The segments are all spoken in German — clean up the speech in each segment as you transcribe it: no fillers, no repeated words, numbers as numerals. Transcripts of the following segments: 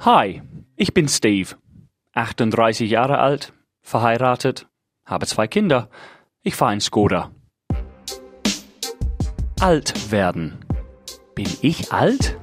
Hi, ich bin Steve, 38 Jahre alt, verheiratet, habe 2 Kinder. Ich fahre in Skoda. Alt werden. Bin ich alt?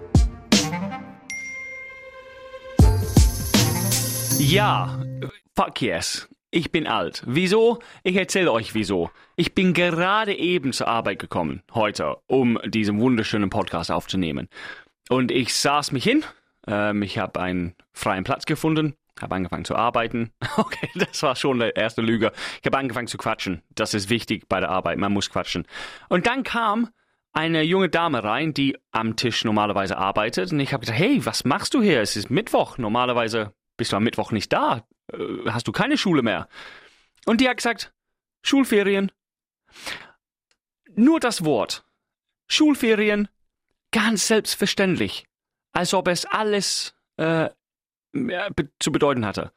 Ja, fuck yes. Ich bin alt. Wieso? Ich erzähle euch wieso. Ich bin gerade eben zur Arbeit gekommen, heute, um diesen wunderschönen Podcast aufzunehmen. Und ich saß mich hin. Ich habe einen freien Platz gefunden, habe angefangen zu arbeiten. Okay, das war schon der erste Lüge. Ich habe angefangen zu quatschen. Das ist wichtig bei der Arbeit, man muss quatschen. Und dann kam eine junge Dame rein, die am Tisch normalerweise arbeitet. Und ich habe gesagt, hey, was machst du hier? Es ist Mittwoch. Normalerweise bist du am Mittwoch nicht da. Hast du keine Schule mehr? Und die hat gesagt, Schulferien. Nur das Wort. Schulferien, ganz selbstverständlich. Als ob es alles zu bedeuten hatte.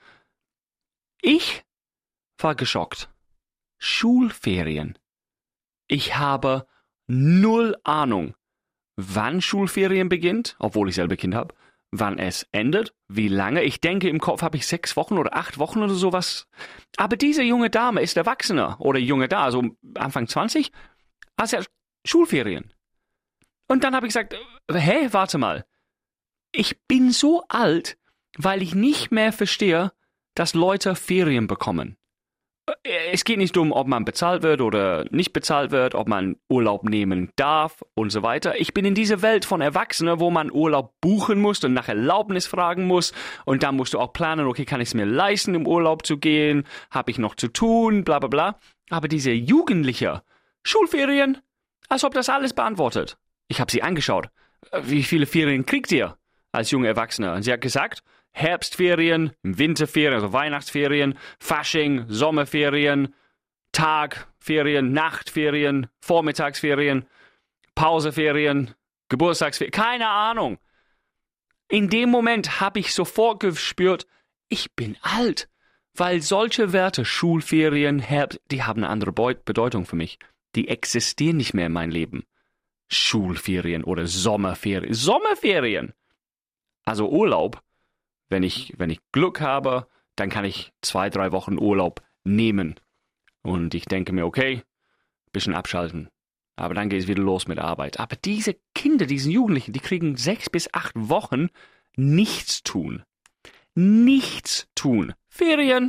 Ich war geschockt. Schulferien. Ich habe 0 Ahnung, wann Schulferien beginnt, obwohl ich selber Kind habe, wann es endet, wie lange. Ich denke, im Kopf habe ich 6 Wochen oder 8 Wochen oder sowas. Aber diese junge Dame ist Erwachsener oder junge da, also Anfang 20, also Schulferien. Und dann habe ich gesagt, hä, warte mal. Ich bin so alt, weil ich nicht mehr verstehe, dass Leute Ferien bekommen. Es geht nicht darum, ob man bezahlt wird oder nicht bezahlt wird, ob man Urlaub nehmen darf und so weiter. Ich bin in dieser Welt von Erwachsenen, wo man Urlaub buchen muss und nach Erlaubnis fragen muss. Und dann musst du auch planen, okay, kann ich es mir leisten, im Urlaub zu gehen? Habe ich noch zu tun? Bla bla bla. Aber diese Jugendliche, Schulferien, als ob das alles beantwortet. Ich habe sie angeschaut. Wie viele Ferien kriegt ihr als junge Erwachsene? Und sie hat gesagt, Herbstferien, Winterferien, also Weihnachtsferien, Fasching, Sommerferien, Tagferien, Nachtferien, Vormittagsferien, Pauseferien, Geburtstagsferien, keine Ahnung. In dem Moment habe ich sofort gespürt, ich bin alt, weil solche Wörter, Schulferien, Herbst, die haben eine andere Bedeutung für mich. Die existieren nicht mehr in meinem Leben. Schulferien oder Sommerferien. Sommerferien! Also Urlaub. Wenn ich Glück habe, dann kann ich 2-3 Wochen Urlaub nehmen. Und ich denke mir, okay, bisschen abschalten. Aber dann geht es wieder los mit der Arbeit. Aber diese Kinder, diese Jugendlichen, die kriegen 6 bis 8 Wochen nichts tun. Nichts tun. Ferien.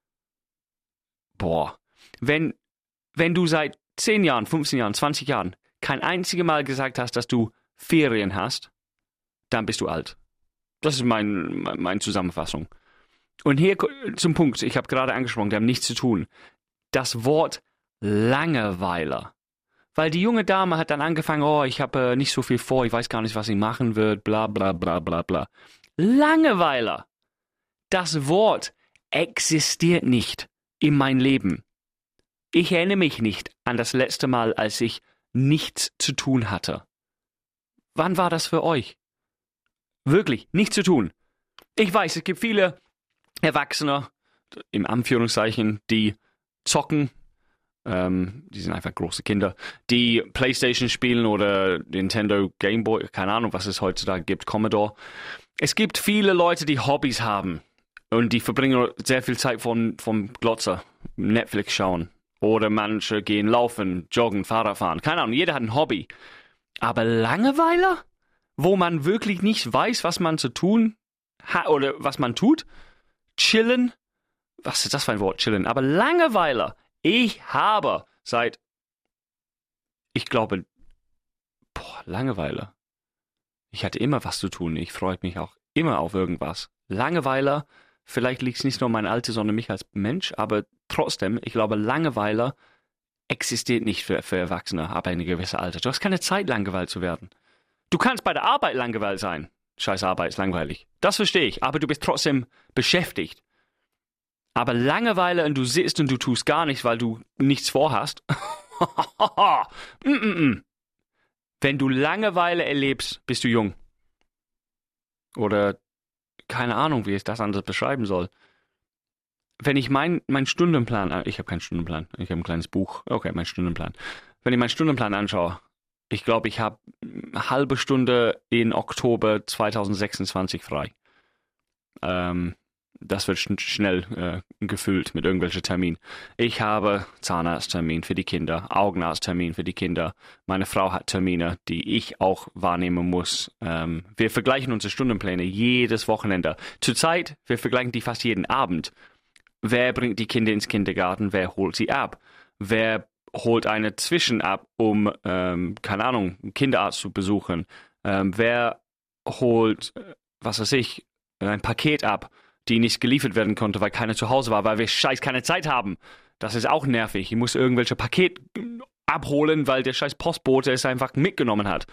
Boah. Wenn du seit 10 Jahren, 15 Jahren, 20 Jahren kein einziges Mal gesagt hast, dass du Ferien hast, dann bist du alt. Das ist meine Zusammenfassung. Und hier zum Punkt, ich habe gerade angesprochen, die haben nichts zu tun. Das Wort Langeweile. Weil die junge Dame hat dann angefangen, oh, ich habe nicht so viel vor, ich weiß gar nicht, was sie machen wird, bla bla bla bla bla. Langeweile. Das Wort existiert nicht in meinem Leben. Ich erinnere mich nicht an das letzte Mal, als ich nichts zu tun hatte. Wann war das für euch? Wirklich, nichts zu tun. Ich weiß, es gibt viele Erwachsene, im Anführungszeichen, die zocken, die sind einfach große Kinder, die Playstation spielen oder Nintendo Game Boy, keine Ahnung, was es heutzutage gibt, Commodore. Es gibt viele Leute, die Hobbys haben und die verbringen sehr viel Zeit vom Glotzer, Netflix schauen. Oder manche gehen laufen, joggen, Fahrrad fahren, keine Ahnung, jeder hat ein Hobby. Aber Langeweile? Wo man wirklich nicht weiß, was man zu tun hat oder was man tut. Chillen. Was ist das für ein Wort, chillen? Aber Langeweile. Ich habe seit, ich glaube, Langeweile. Ich hatte immer was zu tun. Ich freue mich auch immer auf irgendwas. Langeweile, vielleicht liegt es nicht nur an meinem Alter, sondern mich als Mensch, aber trotzdem, ich glaube, Langeweile existiert nicht für Erwachsene ab einem gewissen Alter. Du hast keine Zeit, langweilig zu werden. Du kannst bei der Arbeit langweilig sein. Scheiß Arbeit ist langweilig. Das verstehe ich, aber du bist trotzdem beschäftigt. Aber Langeweile und du sitzt und du tust gar nichts, weil du nichts vorhast. Wenn du Langeweile erlebst, bist du jung. Oder keine Ahnung, wie ich das anders beschreiben soll. Wenn ich meinen Stundenplan, ich habe keinen Stundenplan, ich habe ein kleines Buch, okay, mein Stundenplan. Wenn ich meinen Stundenplan anschaue, ich glaube, ich habe eine halbe Stunde in Oktober 2026 frei. Das wird schnell gefüllt mit irgendwelchen Terminen. Ich habe Zahnarzttermin für die Kinder, Augenarzttermin für die Kinder. Meine Frau hat Termine, die ich auch wahrnehmen muss. Wir vergleichen unsere Stundenpläne jedes Wochenende. Zurzeit, wir vergleichen die fast jeden Abend. Wer bringt die Kinder ins Kindergarten? Wer holt sie ab? Wer holt eine Zwischen ab, um, keine Ahnung, einen Kinderarzt zu besuchen? Wer holt, was weiß ich, ein Paket ab, die nicht geliefert werden konnte, weil keiner zu Hause war, weil wir keine Zeit haben. Das ist auch nervig. Ich muss irgendwelche Pakete abholen, weil der scheiß Postbote es einfach mitgenommen hat.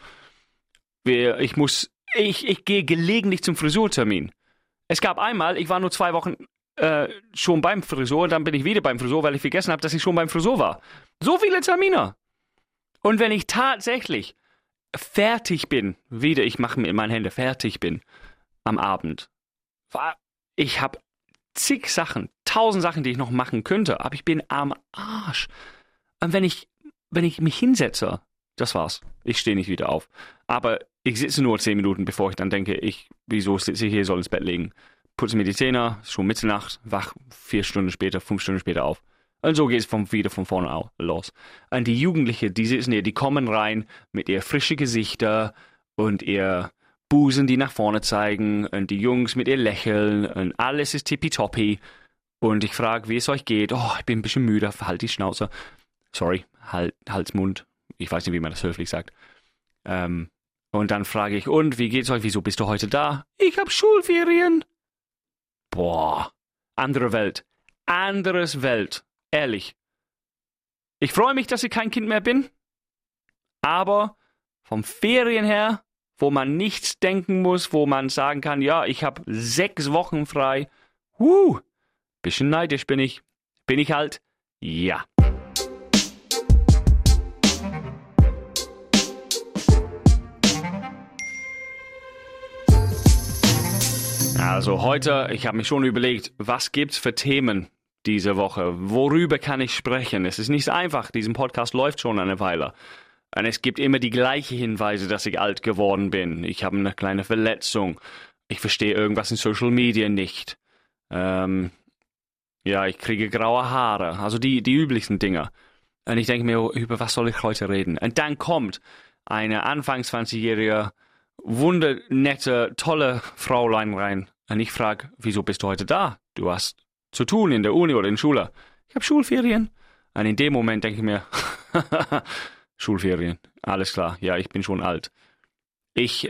Ich gehe gelegentlich zum Frisurtermin. Es gab einmal, ich war nur 2 Wochen schon beim Friseur, dann bin ich wieder beim Friseur, weil ich vergessen habe, dass ich schon beim Friseur war. So viele Termine. Und wenn ich tatsächlich fertig bin, ich mache mit meinen Händen fertig bin am Abend, ich habe zig Sachen, 1000 Sachen, die ich noch machen könnte, aber ich bin am Arsch. Und wenn ich mich hinsetze, das war's. Ich stehe nicht wieder auf. Aber ich sitze nur 10 Minuten, bevor ich dann denke, wieso sitze ich hier, soll ins Bett legen. Putze mir die Zähne, schon Mitternacht, wach 4 Stunden später, 5 Stunden später auf. Und so geht es wieder von vorne los. Und die Jugendlichen, die sitzen hier, die kommen rein mit ihr frischen Gesichter und ihr Busen, die nach vorne zeigen, und die Jungs mit ihr lächeln und alles ist tippitoppi. Und ich frage, wie es euch geht. Oh, ich bin ein bisschen müde, halt die Schnauze. Sorry, Halsmund. Ich weiß nicht, wie man das höflich sagt. Und dann frage ich, und wie geht's euch? Wieso bist du heute da? Ich hab Schulferien. Boah, andere Welt. Anderes Welt. Ehrlich. Ich freue mich, dass ich kein Kind mehr bin. Aber vom Ferien her, wo man nichts denken muss, wo man sagen kann, ja, ich habe 6 Wochen frei. Bisschen neidisch bin ich. Bin ich halt? Ja. Also heute, ich habe mich schon überlegt, was gibt's für Themen diese Woche? Worüber kann ich sprechen? Es ist nicht so einfach, diesen Podcast läuft schon eine Weile. Und es gibt immer die gleichen Hinweise, dass ich alt geworden bin. Ich habe eine kleine Verletzung. Ich verstehe irgendwas in Social Media nicht. Ich kriege graue Haare. Also die üblichsten Dinge. Und ich denke mir, über was soll ich heute reden? Und dann kommt eine Anfang 20-jährige, wundernette, tolle Fraulein rein. Und ich frage, wieso bist du heute da? Du hast zu tun in der Uni oder in der Schule. Ich habe Schulferien. Und in dem Moment denke ich mir, Schulferien, alles klar. Ja, ich bin schon alt. Ich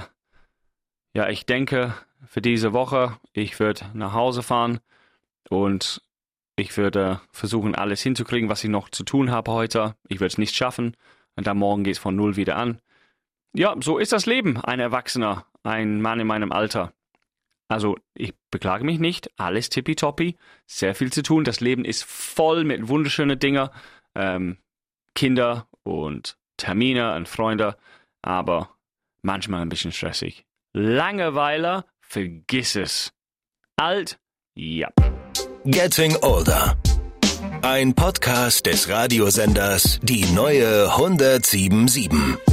denke, für diese Woche, ich würde nach Hause fahren und ich würde versuchen, alles hinzukriegen, was ich noch zu tun habe heute. Ich würde es nicht schaffen und dann morgen geht es von 0 wieder an. Ja, so ist das Leben, ein Erwachsener, ein Mann in meinem Alter. Also, ich beklage mich nicht, alles tippitoppi, sehr viel zu tun. Das Leben ist voll mit wunderschönen Dingen, Kinder und Termine und Freunde, aber manchmal ein bisschen stressig. Langeweile, vergiss es. Alt, ja. Getting Older. Ein Podcast des Radiosenders Die Neue 107.7.